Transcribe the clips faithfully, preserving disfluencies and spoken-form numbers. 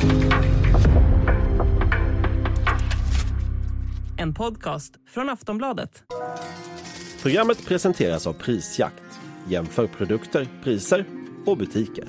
En podcast från Aftonbladet. Programmet presenteras av Prisjakt. Jämför produkter, priser och butiker.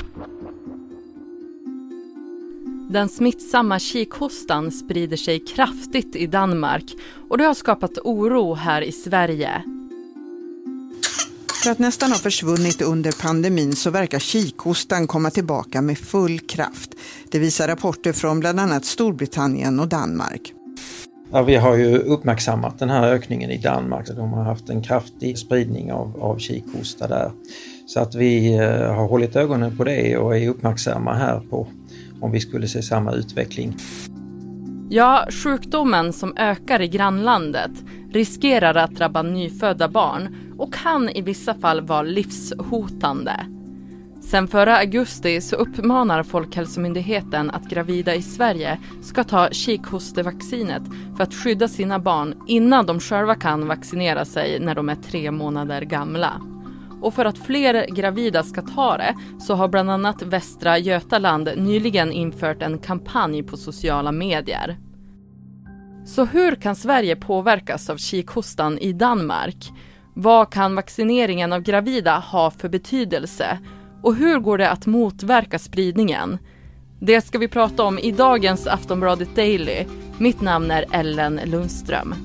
Den smittsamma kikhostan sprider sig kraftigt i Danmark och det har skapat oro här i Sverige. För att nästan ha försvunnit under pandemin så verkar kikhostan komma tillbaka med full kraft. Det visar rapporter från bland annat Storbritannien och Danmark. Ja, vi har ju uppmärksammat den här ökningen i Danmark. De har haft en kraftig spridning av, av kikhosta där. Så att vi eh, har hållit ögonen på det och är uppmärksamma här på om vi skulle se samma utveckling. Ja, sjukdomen som ökar i grannlandet riskerar att drabba nyfödda barn och kan i vissa fall vara livshotande. Sen förra augusti så uppmanar Folkhälsomyndigheten att gravida i Sverige ska ta kikhostevaccinet för att skydda sina barn innan de själva kan vaccinera sig när de är tre månader gamla. Och för att fler gravida ska ta det så har bland annat Västra Götaland nyligen infört en kampanj på sociala medier. Så hur kan Sverige påverkas av kikhostan i Danmark? Vad kan vaccineringen av gravida ha för betydelse? Och hur går det att motverka spridningen? Det ska vi prata om i dagens Aftonbladet Daily. Mitt namn är Ellen Lundström.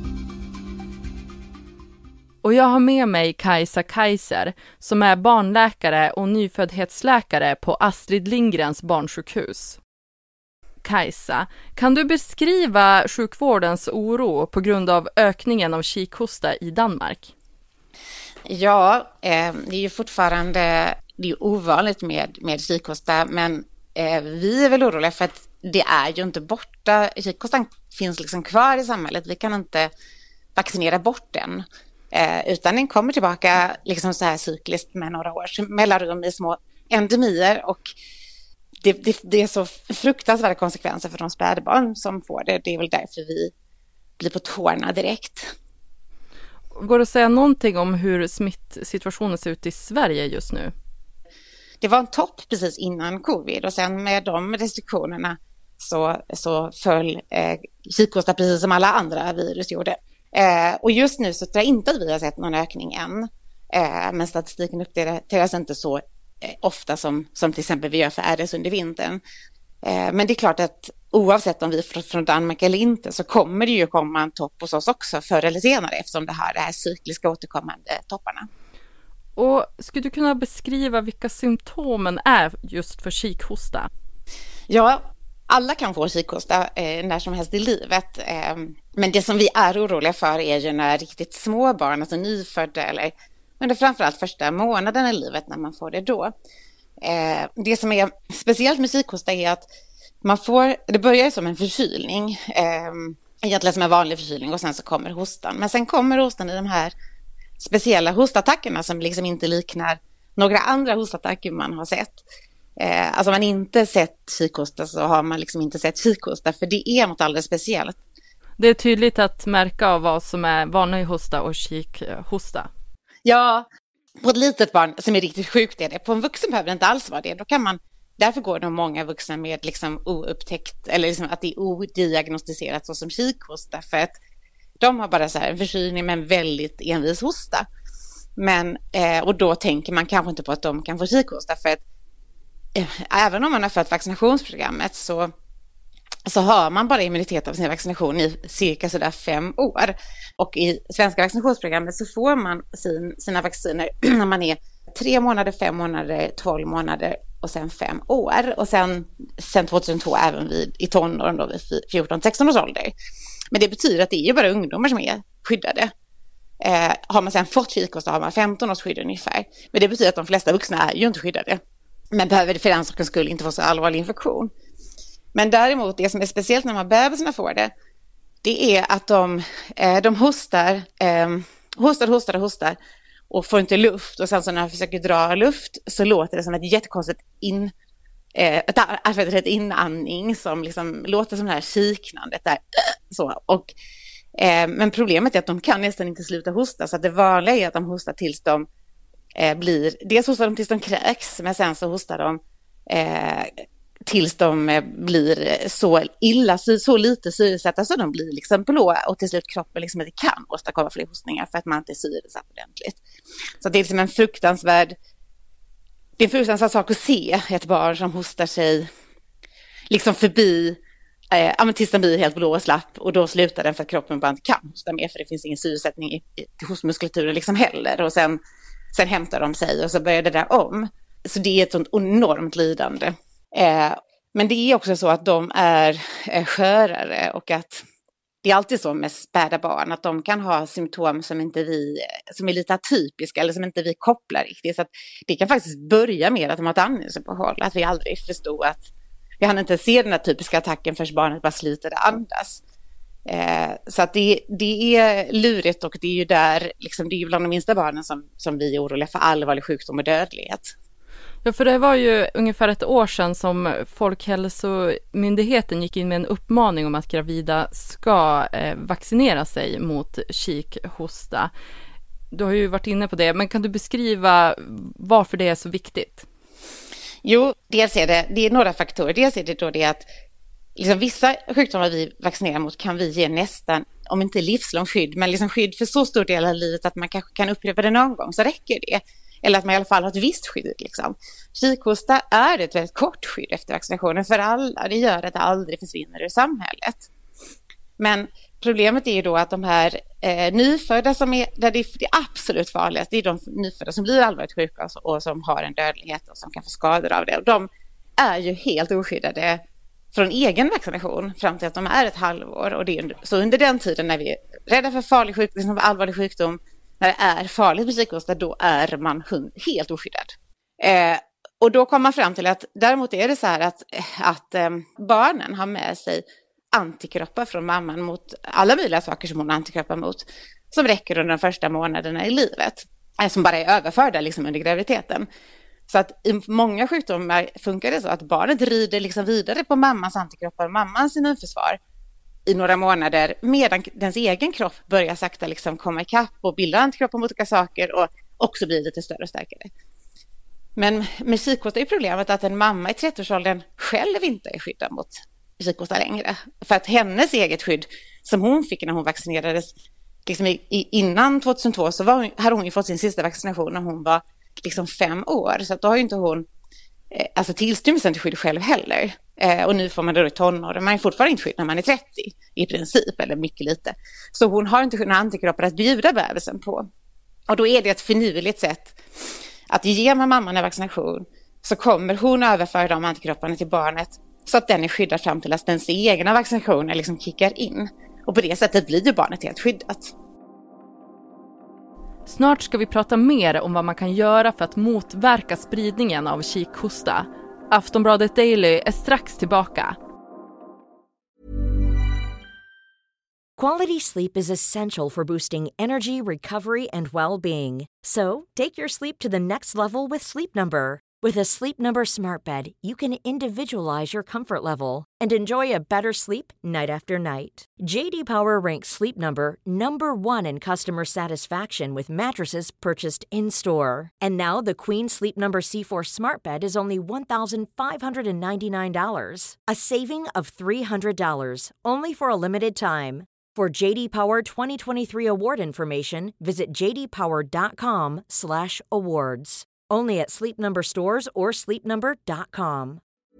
Och jag har med mig Kajsa Kaiser som är barnläkare och nyföddhetsläkare på Astrid Lindgrens barnsjukhus. Kajsa, kan du beskriva sjukvårdens oro på grund av ökningen av kikhosta i Danmark? Ja, eh, det är ju fortfarande det är ovanligt med, med kikhosta, men eh, vi är väl oroliga för att det är ju inte borta. Kikhostan finns liksom kvar i samhället. Vi kan inte vaccinera bort den. Eh, utan den kommer tillbaka liksom så här cykliskt med några års mellanrum i små endemier och det, det, det är så fruktansvärda konsekvenser för de spädbarn som får det. Det är väl därför vi blir på tårna direkt. Går det att säga någonting om hur smittsituationen ser ut i Sverige just nu? Det var en topp precis innan covid och sen med de restriktionerna så, så föll eh, kikhosta precis som alla andra virus gjorde. Eh, och just nu så tror jag inte att vi har sett någon ökning än. Eh, men statistiken uppdateras inte så eh, ofta som, som till exempel vi gör för R S under vintern. Eh, men det är klart att oavsett om vi är från Danmark eller inte så kommer det ju komma en topp hos oss också förr eller senare eftersom det har det här cykliska återkommande topparna. Och skulle du kunna beskriva vilka symptomen är just för kikhosta? Ja, alla kan få kikhosta eh, när som helst i livet. Eh, men det som vi är oroliga för är ju när riktigt små barn, alltså nyfödda eller under framförallt första månaden i livet när man får det då. Eh, det som är speciellt med kikhosta är att man får, det börjar som en förkylning, eh, egentligen som en vanlig förkylning och sen så kommer hostan. Men sen kommer hostan i de här speciella hostattackerna som liksom inte liknar några andra hostattacker man har sett. Eh, alltså man inte sett kikhosta så har man liksom inte sett kikhosta för det är något alldeles speciellt. Det är tydligt att märka av vad som är vanlig hosta och kikhosta. Ja, på ett litet barn som är riktigt sjukt är det. På en vuxen behöver det inte alls vara det. Då kan man, därför går det många vuxna med liksom oupptäckt eller liksom att det är odiagnostiserat så som kikhosta för att de har bara så här en förkylning med en väldigt envis hosta. Men, eh, och då tänker man kanske inte på att de kan få kikhosta för att eh, även om man har fått vaccinationsprogrammet så, så har man bara immunitet av sin vaccination i cirka sådär fem år. Och i svenska vaccinationsprogrammet så får man sin, sina vacciner när man är tre månader, fem månader, tolv månader och sen fem år. Och sen, sen tjugohundratvå även vid, i tonåren då vid fjorton sexton års ålder. Men det betyder att det är ju bara ungdomar som är skyddade. Eh, har man sen fått kikhosta har man femton års skydd ungefär. Men det betyder att de flesta vuxna är ju inte skyddade. Men behöver det för den sakens skull inte få så allvarlig infektion. Men däremot det som är speciellt när man bebisarna får det, det är att de, eh, de hostar, eh, hostar, hostar och hostar och får inte luft. Och sen så när de försöker dra luft så låter det som ett jättekonstigt in, eh, ett, ett inandning som liksom låter som det här kiknandet där. Så. Och, eh, men problemet är att de kan nästan inte sluta hosta. Så att det vanliga är att de hostar tills de eh, blir, dels hostar de tills de kräks, men sen så hostar de eh, tills de blir så illa, så lite syresatta så de blir liksom blå och till slut kroppen liksom inte kan åstadkomma fler hostningar för att man inte är syresatt ordentligt. Så det är liksom en fruktansvärd, det är en fruktansvärd sak att se ett barn som hostar sig liksom förbi, eh, ja, men tills den blir helt blå och slapp och då slutar den för att kroppen bara inte kan hosta mer för det finns ingen syresättning i, i hostmuskulaturen liksom heller och sen, sen hämtar de sig och så börjar det där om. Så det är ett sånt enormt lidande. Eh, men det är också så att de är eh, skörare och att det är alltid så med späda barn att de kan ha symptom som inte vi, som är lite atypiska eller som inte vi kopplar riktigt. Så att det kan faktiskt börja med att de har ett andningsuppehåll, att vi aldrig förstod att vi hann inte se den här typiska attacken förrän barnet bara slutade andas. Eh, så att det, det är lurigt och det är ju där, liksom, det är ju bland de minsta barnen som, som vi är oroliga för allvarlig sjukdom och dödlighet. Ja, för det var ju ungefär ett år sedan som Folkhälsomyndigheten gick in med en uppmaning om att gravida ska eh, vaccinera sig mot kikhosta. Du har ju varit inne på det, men kan du beskriva varför det är så viktigt? Jo, dels är det, det är några faktorer. Dels är det då det att liksom vissa sjukdomar vi vaccinerar mot kan vi ge nästan, om inte livslång skydd, men liksom skydd för så stor del av livet att man kanske kan upprepa det någon gång, så räcker det. Eller att man i alla fall har ett visst skydd. Liksom. Kikhosta är ett väldigt kort skydd efter vaccinationen för alla. Det gör att det aldrig försvinner ur samhället. Men problemet är ju då att de här eh, nyfödda som är, där det är det absolut farligaste, det är de nyfödda som blir allvarligt sjuka och, och som har en dödlighet och som kan få skador av det. Och de är ju helt oskyddade från egen vaccination fram till att de är ett halvår. Och det är, så under den tiden när vi är rädda för farlig sjukdom, liksom allvarlig sjukdom, när det är farligt med kikhosta, då är man helt oskyddad. Eh, och då kommer man fram till att däremot är det så här att, att eh, barnen har med sig antikroppar från mamman mot alla möjliga saker som hon har antikroppar mot, som räcker under de första månaderna i livet. Eh, som bara är överförda liksom under graviditeten. Så att i många sjukdomar funkar det så att barnet rider liksom vidare på mammans antikroppar och mammans immunförsvar i några månader, medan dens egen kropp börjar sakta liksom komma ikapp och bilda antikroppar mot olika saker och också blir lite större och starkare. Men med kikhosta är problemet att en mamma i trettioårsåldern själv inte är skyddad mot kikhosta längre. För att hennes eget skydd som hon fick när hon vaccinerades liksom i, innan tjugohundratvå så var, hade hon ju fått sin sista vaccination när hon var liksom fem år. Så att då har ju inte hon eh, alltså tillstymmelsen till skydd själv heller. Eh, och nu får man då i tonåren. Man är fortfarande inte skydd när man är trettio i princip, eller mycket lite. Så hon har inte några antikroppar att bjuda bebisen på. Och då är det ett finurligt sätt att ge man mamman en vaccination så kommer hon överföra de antikropparna till barnet så att den är skyddad fram till att dens egna vaccinationer liksom kickar in. Och på det sättet blir ju barnet helt skyddat. Snart ska vi prata mer om vad man kan göra för att motverka spridningen av kikhosta. Aftonbladet Daily är strax tillbaka. Quality sleep is essential for boosting energy, recovery, and well-being. So, take your sleep to the next level with Sleep Number. With a Sleep Number smart bed, you can individualize your comfort level and enjoy a better sleep night after night. J D Power ranks Sleep Number number one in customer satisfaction with mattresses purchased in-store. And now the Queen Sleep Number C four smart bed is only one thousand five hundred ninety-nine dollars. A saving of three hundred dollars, only for a limited time. For J D Power twenty twenty-three award information, visit j d power dot com slash awards. Only at Sleep Number stores or sleep number dot com.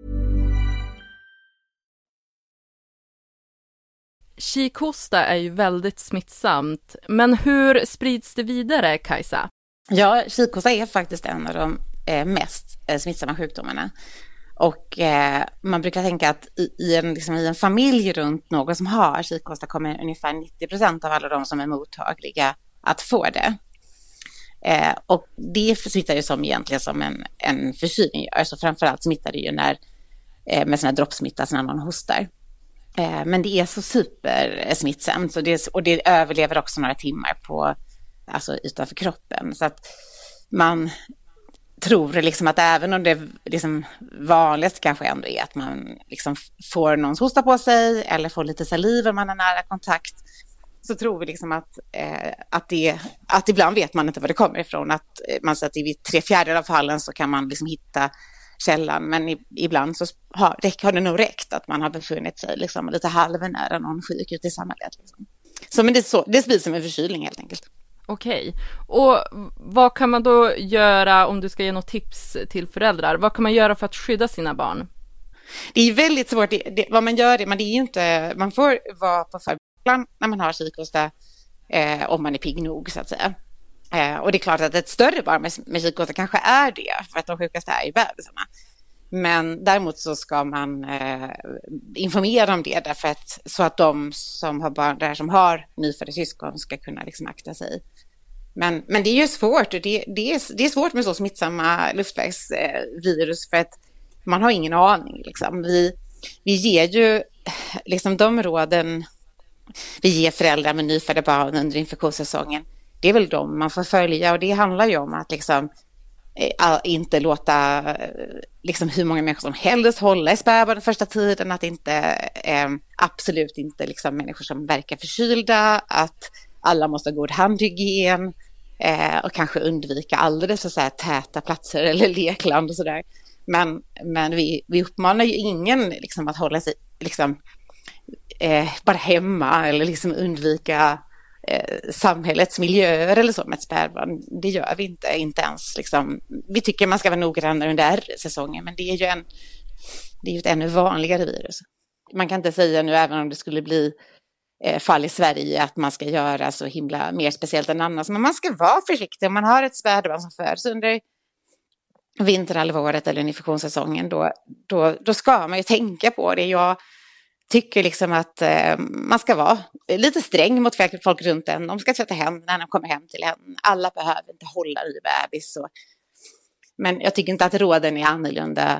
Kikhosta är ju väldigt smittsamt, men hur sprids det vidare, Kajsa? Ja, kikhosta är faktiskt en av de eh, mest eh, smittsamma sjukdomarna. Och eh, man brukar tänka att i, i, en, liksom, i en familj runt någon som har kikhosta kommer ungefär nittio procent av alla de som är mottagliga att få det. Eh, och det smittar ju som egentligen som en, en förkylning gör. Så framförallt smittar det ju när, eh, med sån här droppsmitta när någon hostar. Eh, men det är så supersmittsamt. Så det, och det överlever också några timmar på, alltså utanför kroppen. Så att man tror liksom att även om det liksom vanligast kanske ändå är att man liksom får någons hosta på sig eller får lite saliv om man har nära kontakt, så tror vi liksom att, eh, att, det, att ibland vet man inte var det kommer ifrån. Att man säger att i tre fjärdedelar av fallen så kan man liksom hitta källan, men i, ibland så har, har det nog räckt att man har befunnit sig liksom lite halvnära någon sjuk ute i samhället. Liksom. Så men det, är så, det sprids som en förkylning helt enkelt. Okej, och vad kan man då göra om du ska ge något tips till föräldrar? Vad kan man göra för att skydda sina barn? Det är väldigt svårt, det, det, vad man gör, det, men det är ju inte, man får vara på förskolan när man har kikhosta eh, om man är pigg nog så att säga. Eh, och det är klart att ett större barn med, med kikhosta kanske är det, för att de sjukaste är i bebisarna. Men däremot så ska man eh, informera om det därför att, så att de som har barn där som har nyfödda syskon ska kunna liksom akta sig. Men, men det är ju svårt, och det, det, är, det är svårt med så smittsamma luftvägsvirus för att man har ingen aning. Liksom. Vi, vi ger ju liksom de råden vi ger föräldrar med nyfödda barn under infektionssäsongen. Det är väl de man får följa, och det handlar ju om att liksom äh, inte låta liksom hur många människor som helst hålla i spädbarn den första tiden, att inte äh, absolut inte liksom människor som verkar förkylda, att alla måste ha god handhygien äh, och kanske undvika alldeles för så här täta platser eller lekland och sådär. Men, men vi, vi uppmanar ju ingen liksom att hålla sig liksom eh, bara hemma eller liksom undvika eh, samhällets miljöer eller så med ett spädbarn. Det gör vi inte, inte ens liksom. Vi tycker man ska vara noggrannare under R-säsongen, men det är ju en, det är ju ett ännu vanligare virus. Man kan inte säga nu, även om det skulle bli eh, fall i Sverige, att man ska göra så himla mer speciellt än annars. Men man ska vara försiktig om man har ett spädbarn som föds under vinterhalvåret eller infektionssäsongen, då, då, då ska man ju tänka på det. Jag tycker liksom att eh, man ska vara lite sträng mot folk runt en. De ska tvätta händerna när de kommer hem till en. Alla behöver inte hålla i bebis. Och, men jag tycker inte att råden är annorlunda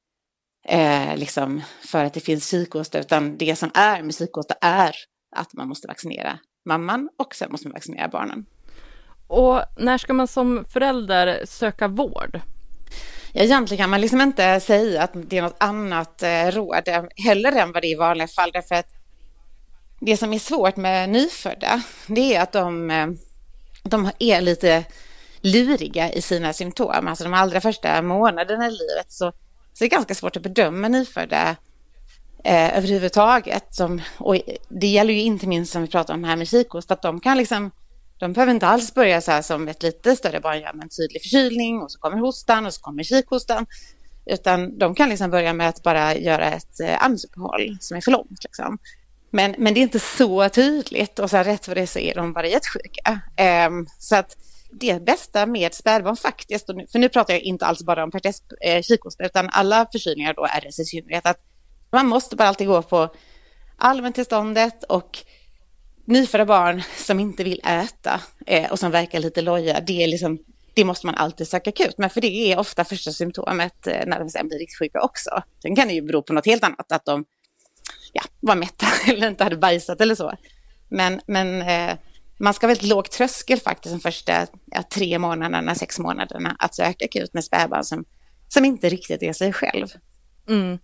eh, liksom för att det finns kikhosta, utan det som är med kikhosta är att man måste vaccinera mamman och sen måste man vaccinera barnen. Och när ska man som förälder söka vård? Ja, egentligen kan man liksom inte säga att det är något annat eh, råd heller än vad det är i vanliga fall. Därför att det som är svårt med nyfödda, det är att de, eh, de är lite luriga i sina symptom. Alltså de allra första månaderna i livet så, så är det ganska svårt att bedöma nyfödda eh, överhuvudtaget. Som, och det gäller ju inte minst som vi pratar om här med kikhosta, att de kan liksom de behöver inte alls börja så här som ett lite större barn gör med en tydlig förkylning och så kommer hostan och så kommer kikhostan. Utan de kan liksom börja med att bara göra ett eh, andningsuppehåll som är för långt. Liksom. Men, men det är inte så tydligt, och så här, rätt för det så är de bara jättesjuka. Eh, så att det bästa med spädbarn faktiskt, och nu, för nu pratar jag inte alls bara om pertest, eh, kikhosta, utan alla förkylningar då är i synnerhet, att man måste bara alltid gå på allmäntillståndet, och nyfödda barn som inte vill äta eh, och som verkar lite loja, det, är liksom, det måste man alltid söka akut. Men för det är ofta första symptomet eh, när de sen blir riktigt sjuka också. Sen kan det ju bero på något helt annat, att de ja, var mätta eller inte hade bajsat eller så. Men, men eh, man ska väldigt låg tröskel faktiskt de första ja, tre månaderna, sex månaderna att söka akut med spädbarn som, som inte riktigt är sig själv. Mm.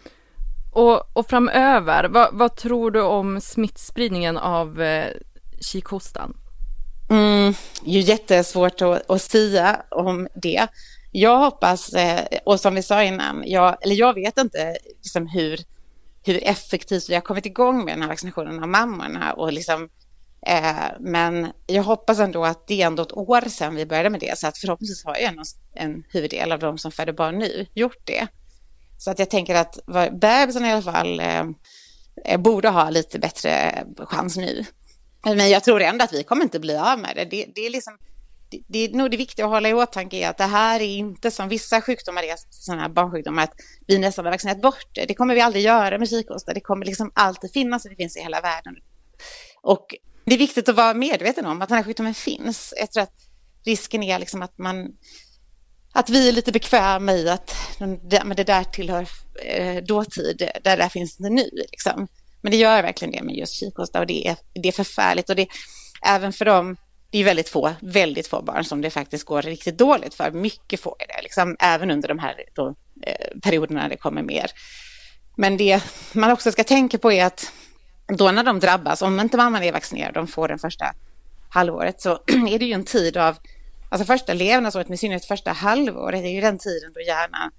Och, och framöver, vad, vad tror du om smittspridningen av eh, kikhostan? Mm, det är ju jättesvårt att, att säga om det. Jag hoppas, eh, och som vi sa innan, jag, eller jag vet inte liksom hur, hur effektivt vi har kommit igång med den här vaccinationen av mammorna. Och liksom, eh, men jag hoppas ändå att det är ändå ett år sedan vi började med det. Så att förhoppningsvis har ju en, en huvuddel av de som föder barn nu gjort det. Så att jag tänker att bebisen i alla fall eh, borde ha lite bättre chans nu. Men jag tror ändå att vi kommer inte bli av med det. Det, det är liksom, det, det är nog det viktiga att hålla i åtanke är att det här är inte som vissa sjukdomar är, sådana här barnsjukdomar, att vi nästan har vaccinerat bort det. Det kommer vi aldrig göra med kikhosta. Det kommer liksom alltid finnas, och det finns i hela världen. Och det är viktigt att vara medveten om att den här sjukdomen finns. Jag tror att risken är liksom att man... Att vi är lite bekväma i att men det där tillhör eh, dåtid, där det finns det nu. Liksom. Men det gör verkligen det med just kikhosta, och det är, det är förfärligt. Och det, även för dem, det är väldigt få, väldigt få barn som det faktiskt går riktigt dåligt för. Mycket få är det, liksom, även under de här då, eh, perioderna när det kommer mer. Men det man också ska tänka på är att då när de drabbas, om inte mamman är vaccinerad, de får den första halvåret, så är det ju en tid av... Alltså första levnadsåret, med synnerhet första halvåret, är ju den tiden då hjärnan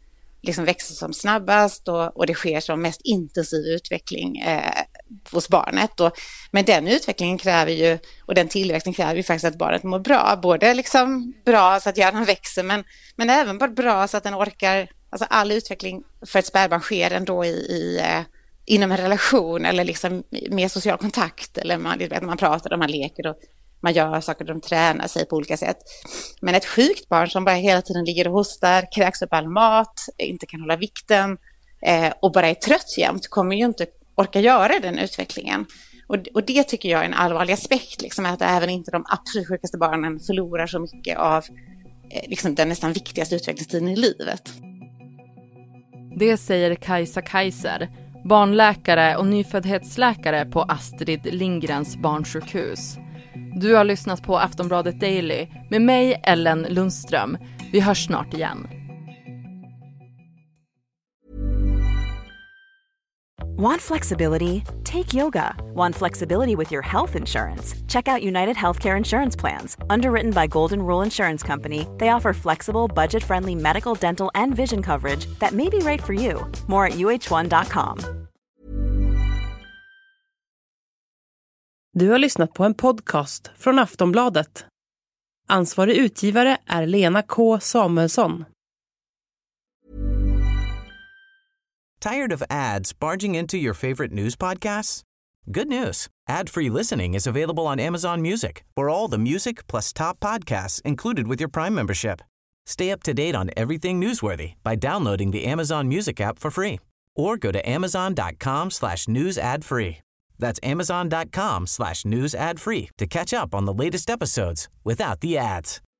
liksom växer som snabbast och, och det sker som mest intensiv utveckling eh, hos barnet. Och, men den utvecklingen kräver ju, och den tillväxten kräver ju faktiskt att barnet mår bra. Både liksom bra så att hjärnan växer, men, men även bara bra så att den orkar. Alltså all utveckling för ett spädbarn sker ändå i, i eh, inom en relation eller liksom med social kontakt, eller man, vet, man pratar och man leker och man gör saker, de tränar sig på olika sätt. Men ett sjukt barn som bara hela tiden ligger och hostar, kräks upp all mat, inte kan hålla vikten eh, och bara är trött jämt, kommer ju inte orka göra den utvecklingen. Och, och det tycker jag är en allvarlig aspekt, liksom, att även inte de absolut sjukaste barnen förlorar så mycket av eh, liksom den nästan viktigaste utvecklingstiden i livet. Det säger Kajsa Kaiser, barnläkare och nyföddhetsläkare på Astrid Lindgrens barnsjukhus. Du har lyssnat på Aftonbladet Daily med mig, Ellen Lundström. Vi hörs snart igen. Want flexibility? Take yoga. Want flexibility with your health insurance? Check out United Healthcare Insurance Plans. Underwritten by Golden Rule Insurance Company, they offer flexible, budget-friendly medical, dental, and vision coverage that may be right for you. More at U H one dot com. Du har lyssnat på en podcast från Aftonbladet. Ansvarig utgivare är Lena K. Samuelsson. Tired of ads barging into your favorite news podcasts? Good news. Ad-free listening is available on Amazon Music for all the music plus top podcasts included with your Prime membership. Stay up to date on everything newsworthy by downloading the Amazon Music app for free or go to amazon.com slash news ad free. That's amazon.com slash news ad free to catch up on the latest episodes without the ads.